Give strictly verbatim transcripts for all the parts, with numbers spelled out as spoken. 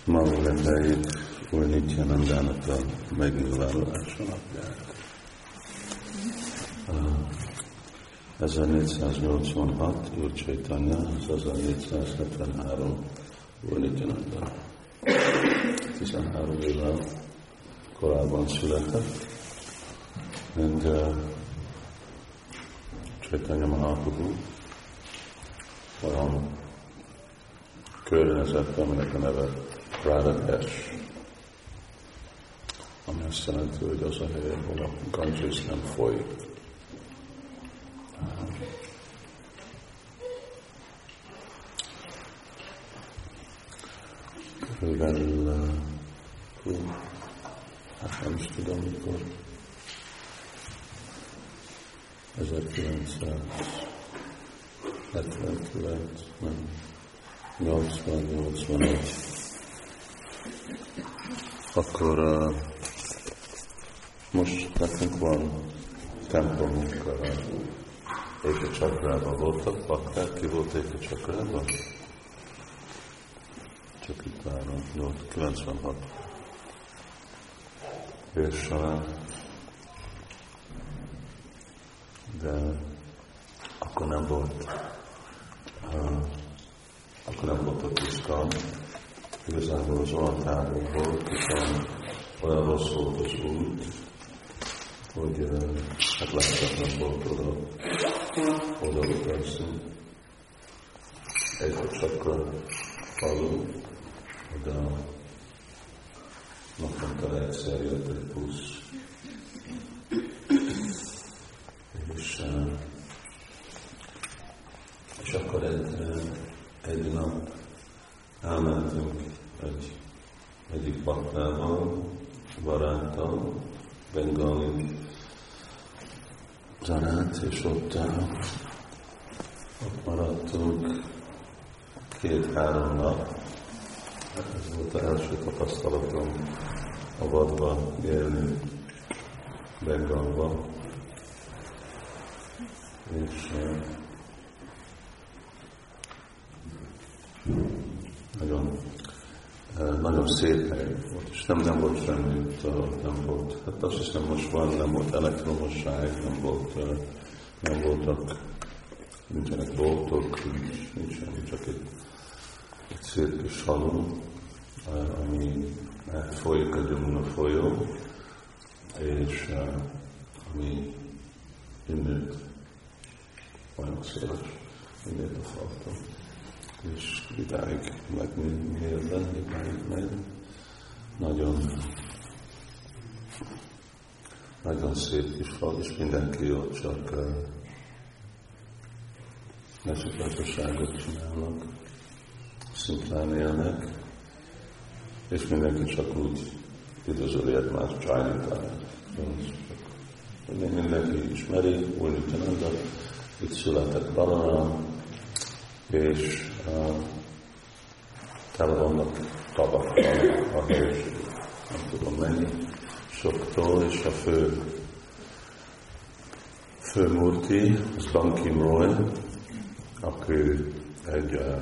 Ma ünnepeljük Úr Nityanandának a megnyilvánulása napját. ezernégyszáznyolcvanhat Úr Chaitanya, ezernégyszázhetvenhárom Úr Nityananda. tizenhárom évvel korábban született, and uh, Chaitanya Mahaprabhu olyan környezet, aminek a neve Radhakesh, ami azt jelenti, hogy az a hely, ahol a Ganges nem folyik. Körülbelül, uh, hát nem is tudom mikor, ezerkilencszázhetvenkilenc, nem, nyolcvan-nyolcvanegy. Akkor uh, most nekünk van templomunk, uh, Éka Csakrában voltak bakták, ki volt Éka Csakrában? Csak itt várom, kilencvenhat. És uh, de akkor nem volt uh, akkor nem volt a tisztán. Igazából az olyan távol volt, és olyan rossz volt az út, hogy uh, hát lehetetlen volt oda, oda utazni. Egy csak a falu, oda naponta egyszer jött egy busz. És, uh, és akkor egy, uh, egy nap elmentünk egy, egyik baktával, baráttal, bengali zanát, és ott, uh, ott maradtunk két-három nap. Ez volt az első tapasztalatom a vadban élni, Bengalban. És uh, nagyon, uh, nagyon szép hely volt, és nem, nem volt semmi, uh, nem volt, hát azt hiszem most van, nem volt elektromosság, nem volt, uh, nem voltak, nincsenek boltok, nincs, nincs semmi, csak egy, egy szép kis falu, uh, ami hát folyik a Gyamuna folyó, és uh, ami innét olyan széles, innét a falta. És idáig meg miért lenni, idáig megy. Nagyon, nagyon szép kis fal, és mindenki ott csak uh, mezőgazdaságot csinálnak, szimplán élnek, és mindenki csak úgy üdvözöli egymást Csájnitán. Mindenki ismeri, Úr Nityananda, itt született Balarám, és uh, tele vannak tavakkal a helység, nem tudom mennyi, soktól, és a fő, fő murti, az Ban Kim-roy, aki egy uh,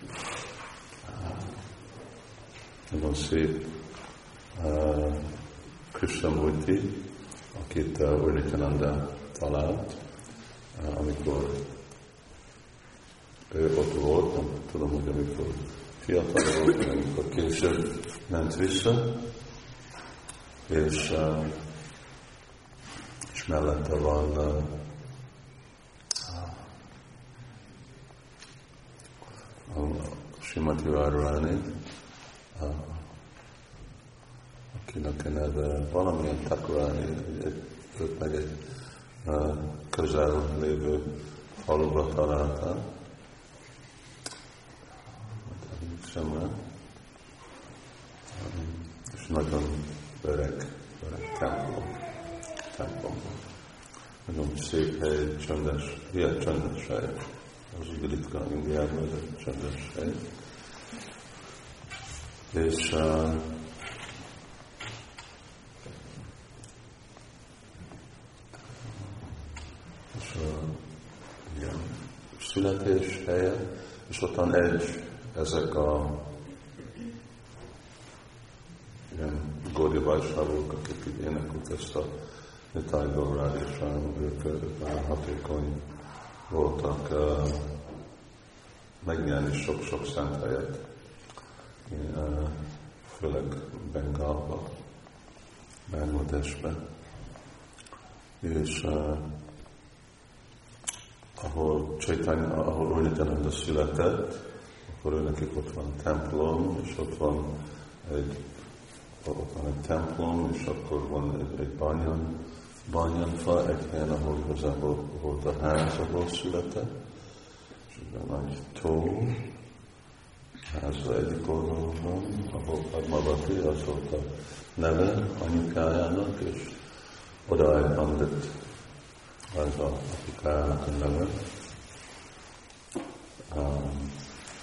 nagyon szép uh, Krishnamurti, akit uh, Úr Nityananda talált, uh, amikor ő ott volt, nem tudom, hogy amikor fiatal volt, amikor később ment vissza, és, uh, és mellette van uh, a Srimati Radharani, uh, akinek a neve valamilyen Thakurani, őt meg egy uh, közel lévő faluba találták. Semre. És nagyon öreg, öreg templom. templom. Nagyon szép hely, csöndes, ilyen csöndes hely. Az úgy ritka Indiában, ez egy csöndes hely. És uh, és uh, igen, születés helye, és ottan egy ezek a ilyen Gaudiya Vaisnavok, akik így éneklik ezt a Nitai Gaur és ők, ők nagyon hatékony voltak uh, megnyerni sok-sok szent helyet, uh, főleg Bengálba, Bangladesbe, és uh, ahol Chaitanya, ahol Úr Nityananda született, akkor ő nekik ott van templom, és ott van egy, ott van egy templom, és akkor van egy, egy banyan, banyanfa, egy helyen, ahol igazából volt a ház, ahol született, és egy nagy tó, házra egyik oldalon van, ahol Padmavati, az volt a neve anyukájának, és oda Pandit, az a apukájának a neve. Um,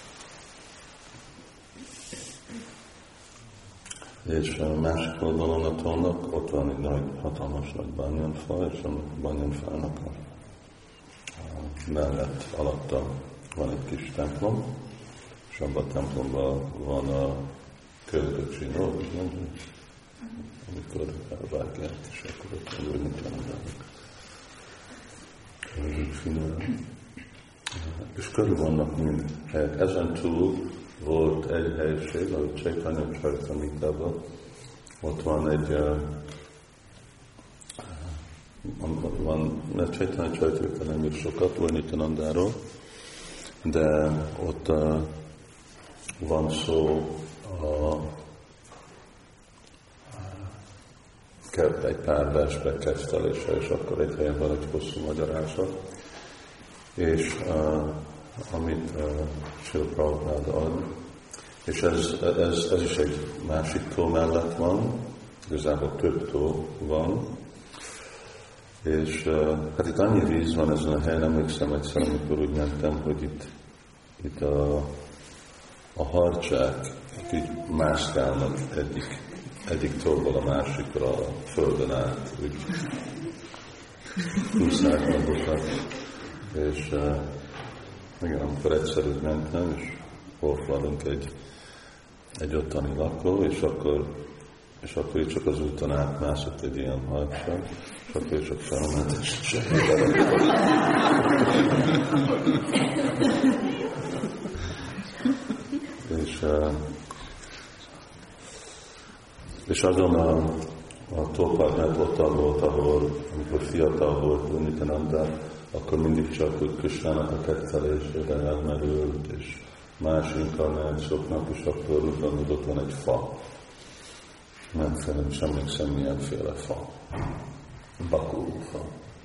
és a másik oldalon a tónak ott van egy nagy, hatalmas nagy banyanfa, és a banyanfának a, a mellett, alatta van egy kis templom, és abban a templomban van a köldöksinó, amikor elvágják, és akkor ott van Úr Nityanandának köldöksinó. És körül vannak mind helyek. Ezen túl volt egy helység, ahogy Chaitanya Charitamritában, ott van egy, uh, van, mert Chaitanya Charitamrita nem ír sokat Úr Nityanandáról, de ott uh, van szó a, uh, egy pár versbe kezdelése, és akkor egy helyen van egy hosszú magyarázat, és uh, amit uh, Srila Prabhupáda ad, és ez, ez, ez is egy másik tó mellett van, igazából több tó van, és uh, hát itt annyi víz van ezen a helyen, emlékszem egyszer, amikor úgy mentem, hogy itt, itt a, a harcsák így mászkálnak egyik, egyik tóból a másikra a földön át, úgy húszák magukat, és uh, igen, amikor egyszer úgy mentem, és volt velünk egy, egy ottani lakó, és akkor, és akkor csak az úton átmászott egy ilyen harcsa, és akkor csak felment, és és, és azon a, a tópartnál ott volt, ahol, amikor fiatal volt Úr Nityananda, akkor mindig csak úgy Krisnának a kettelésére elmerült, és más inkarnációknak, és akkor utána ott van egy fa. Nem felem, sem emlékszem milyenféle fa. Bakú fa.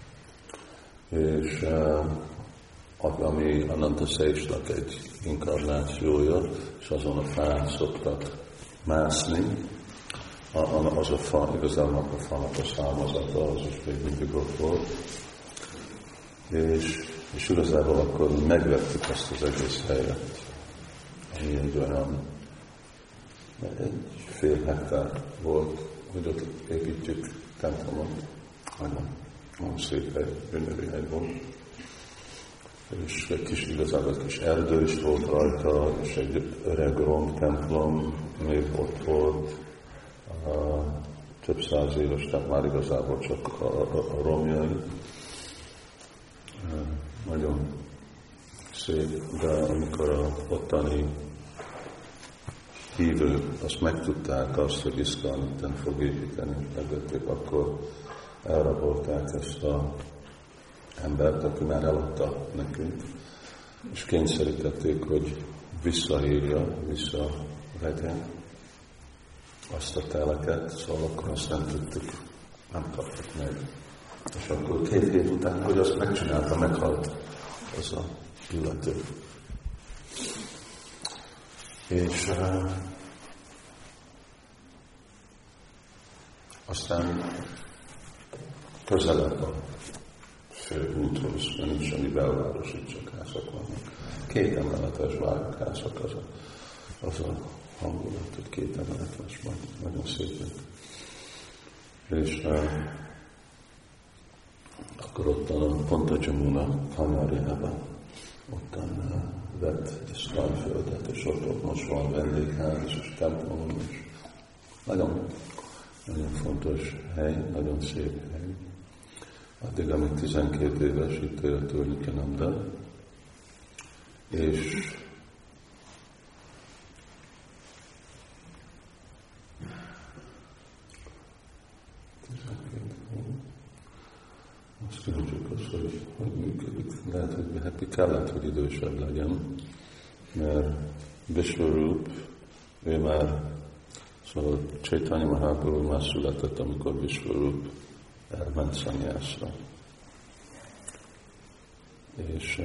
És uh, ami Ananta Sesnak egy inkarnációja, és azon a fán szoktak mászni, az a fa, igazából a fának a számozata, az is még mindig ott volt. És, és igazából akkor megvettük azt az egész helyet, ami egy olyan, egy fél hektár volt, hogy ott építjük templomot. Nagyon, nagyon szép hely, gyönyörű hely volt. És egy kis, igazából egy kis erdő is volt rajta, és egy öreg rom templom még ott volt, a, több száz éves, tehát már igazából csak a, a, a romjai. Nagyon szép, de amikor a ottani hívők azt megtudták azt, hogy Iszkán itten fog építeni, és megvették, akkor elrabolták ezt az embert, aki már eladta nekünk, és kényszerítették, hogy visszaírja, visszavegye azt a teleket, szóval akkor azt nem tudtuk, nem kaptuk meg. És akkor két hét után, hogy azt megcsinálta, meghalt az a illető. És uh, aztán közelebb a fő úthoz, mert nincs semmi belváros, itt csak házak vannak. Két emeletes várokházak, az a, az a hangulat, hogy két emeletes van, nagyon szépen. És uh, akkor ottan pont a Jamuna Kanyarjában, ottan uh, vett egy sztajföldet, és ott, ott most van vendégház és templom is. Nagyon, nagyon fontos hely, nagyon szép hely. Addig, amíg tizenkét éves, itt élt Úr Nityananda, és azt mondjuk azt, hogy, hogy működik. Lehet, hogy hát kellett, hogy idősebb legyen, mert Vishvarup, ő már, szóval Chaitanya Mahaprabhu már született, amikor Vishvarup elment szanyászra. És,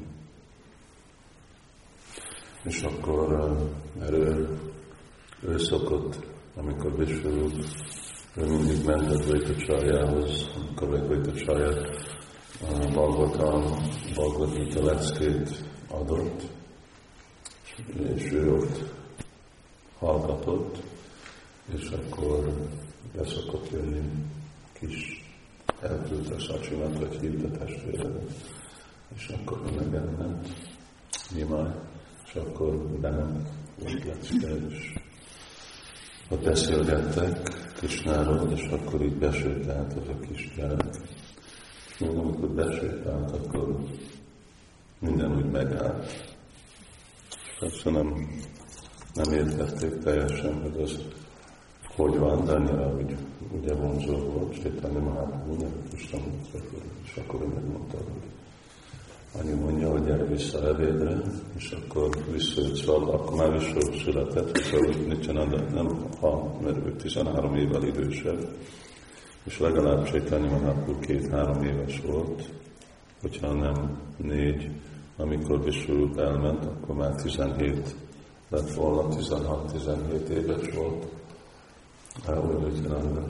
és akkor, mert ő, ő szokott, amikor Vishvarup, ő mindig ment a Dvaitacharyahoz, amikor a Dvaitacharya Bhagavatam, Bhagavad Gita leckét adott, és ő ott hallgatott, és akkor beszokott jönni kis elküldte Sacsimat, vagy hívta testvéredet, és akkor meg elment Nimai, és akkor benem volt lecke, és ott beszélgettek Krisnáról, és akkor így besétált az a kis gyerek. És még amikor besétált, akkor minden úgy megállt. Persze nem, nem értették teljesen, hogy az hogy van, de annyira úgy, ugye vonzó volt, Chaitanya Mahaprabhu, nem Krishna mondta, és akkor ő megmondta, hogy annyi mondja, hogy gyere vissza ebédre, és akkor visszajött, szóval akkor már is született, hogy Nityananda nem, ha, mert ő tizenhárom évvel idősebb, és legalább Chaitanya Mahaprabhu két-három éves volt, hogyha nem négy, amikor Vishvarup elment, akkor már tizenhét lett volna, tizenhat-tizenhét éves volt. Úgy Nityananda.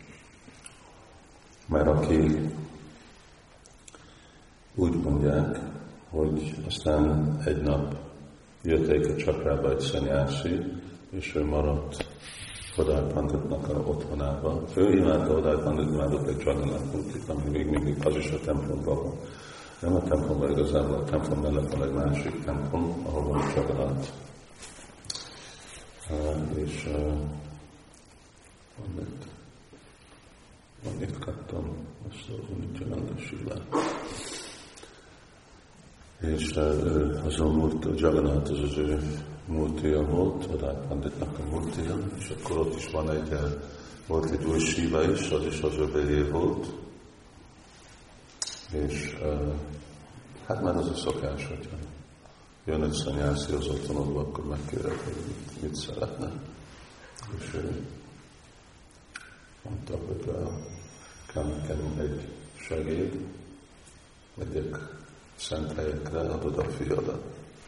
Mert aki úgy mondják, hogy aztán egy nap jöttek a csakrába egy szanyászi, és ő maradt Hodai Panditnak a otthonába. Ő imádta Hodai Pandit, imádott egy Jagannath Murtit, ami még mindig az is a templomban van. Nem a templomban, igazából a templom mellett van egy másik templom, ahol van Jagannath. Uh, és uh, van itt, van itt kaptam azt a Nityananda Silát. És uh, az a Murti, a Jagannath az az ő Murtia volt, Hodai Panditnak a Murtia, és akkor ott is van egy, volt egy új Siva is, az is az övélyé volt. És uh, hát már az a szokás, hogyha jön egy szanyászi az otthonodba, akkor megkérdez, hogy mit, mit szeretne. És ő mondta, hogy uh, kell nekem egy segéd, megyek szent helyekre, adod a fiadat.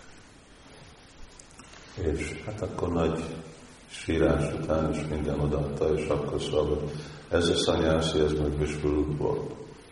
És hát akkor nagy sírás után is minden odaadta, és akkor szóval, hogy ez a szanyászi, ez meg Vishvarup volt.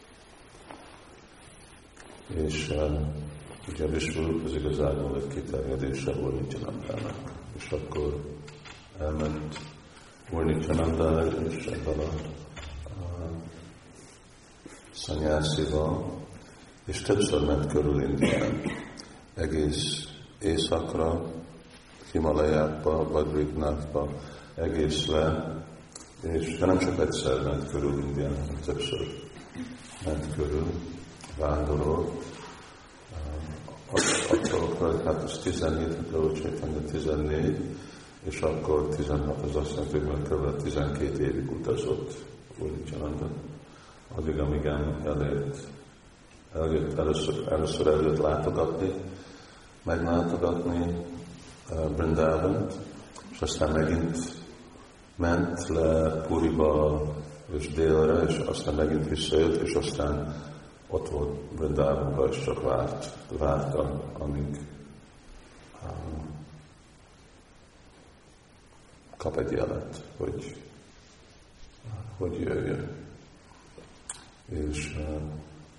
És uh, ugye a Vishvarup az igazából egy kiterjedése volt Nityanandának. És akkor elment Úr Nityananda, és ebben a, a szanyászival, és többször ment körül Indián, egész északra, Himalajákba, Badrinathba, egész le, és de nem csak egyszer ment körül Indián, hanem többször ment körül, vándorol. Attól, hát az tizenhét, akkor Chaitanya tizennégy, és akkor tizenhat, az azt jelenti, hogy kb. tizenkét évig utazott Úr Nityananda. Addig, amíg elért, elért először, először előtt látogatni, meglátogatni uh, Brindávant, és aztán megint ment le Puriba és délre, és aztán megint visszajött, és aztán ott volt Brindávanban, és csak várt, várta, amíg um, kap egy jelet, hogy, hogy jöjjön. És, uh,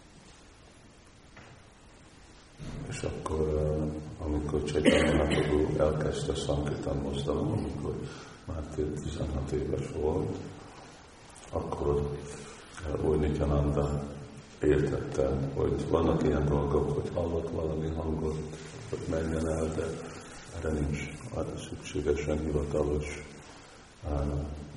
és akkor, uh, amikor Chaitanya Mahaprabhu elkezdte Sankirtan mozdalom, amikor már tizenhat éves volt, akkor uh, Úr Nityananda értette, hogy vannak ilyen dolgok, hogy hallott valami hangot, hogy menjen el, de erre nincs arra szükségesen hivatalos uh,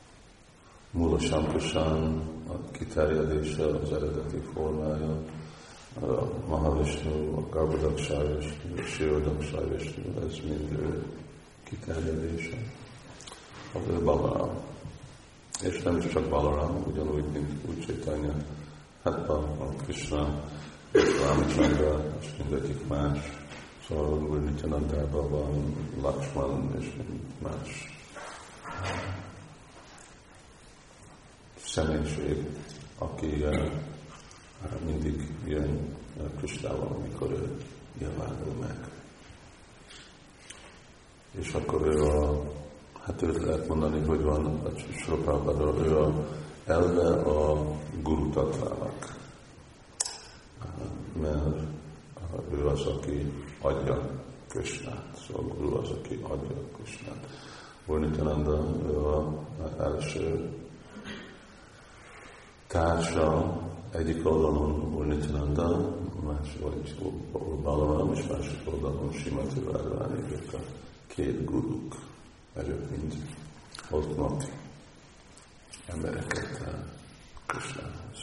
Mula Sankasan, a kiterjedése, az eredeti formája, a Mahavishnu, a Garbhodakshaya Vishnu, a Kshirodakshaya Vishnu, ez mind ő kiterjedése. Az ő Balaram. És nem is csak Balaram, ugyanúgy, mint úgy Chaitanya, hát a Krishna, és Ramachandra, és mindegyik más. Szóval Úr Nityanandában van Lakshman, és más személyiség, aki uh, mindig jön uh, Krishnával, amikor ő nyilvánul meg. És akkor ő a, hát őt lehet mondani, hogy van a Srila Prabhupada, ő a elve a Guru Tattvának. Uh, mert uh, ő az, aki adja Krishnát. Szóval a Guru az, aki adja Krishnát. Úr Nityananda, ő az első társa, egyik oldalon Úr Nityananda, másik oldalon Balaram, és másik oldalon Srimati Radharani, ők a két guruk, mert ők mind hoznak embereket Krishnához.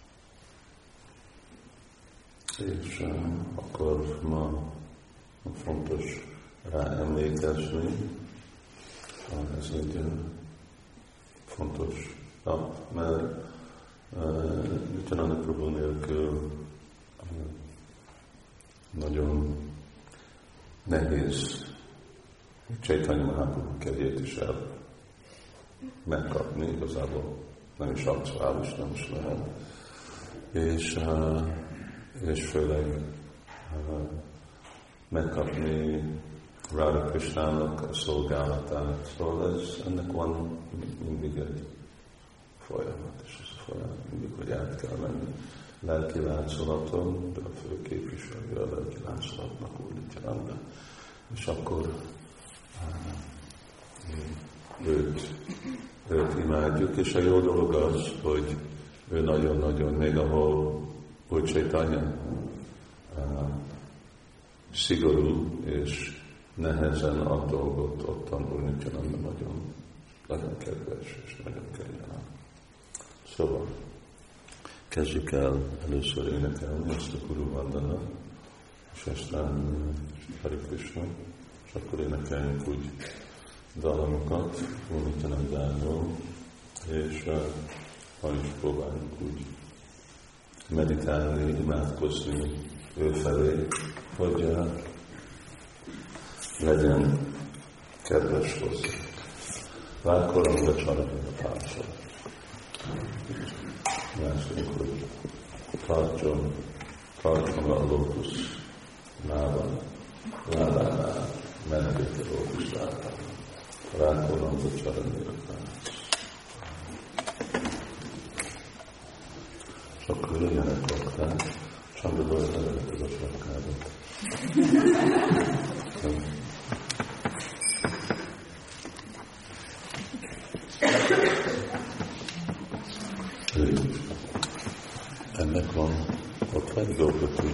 És uh, akkor ma fontos ráemlékezni, uh, ez egy uh, fontos nap, mert Nityananda Prabhu nélkül uh, nagyon nehéz Chaitanya Mahaprabhu kegyét is el megkapni, igazából nem is aktuális, nem is lehet. És, uh, és főleg uh, megkapni Radha Krishnának a szolgálatát. Szóval ez, ennek van mindig egy folyamat, és ez a folyamat mindig, hogy át kell menni lelki láncolaton, de a fő képviselő a lelki láncolatnak Úr Nityananda. És akkor őt, őt imádjuk, és a jó dolog az, hogy ő nagyon-nagyon, még ahol Úr Chaitanya szigorú és nehezen ad dolgot, ottan Úr Nityananda nagyon, nagyon kedves és nagyon kegyelem. Szóval kezdjük el először énekelni ezt a Guru Vandana, és aztán Hare Krishna, és akkor énekeljünk úgy dalamokat Úr Nityanandáról, és uh, ha is próbáljuk úgy meditálni, imádkozni ő felé, hogy uh, legyen kedves hozzá. Várkorom, de család a társadalmat. Második, hogy tartson, tartson a lótusz nában, lábánál, menedék a lótusz lábánál. Rákolom a csaranyiratán. És akkor ilyenek lakták, Csandra előtted a sapkádat. Ennek van ott egy Gaupati.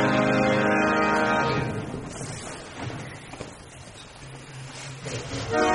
Bye.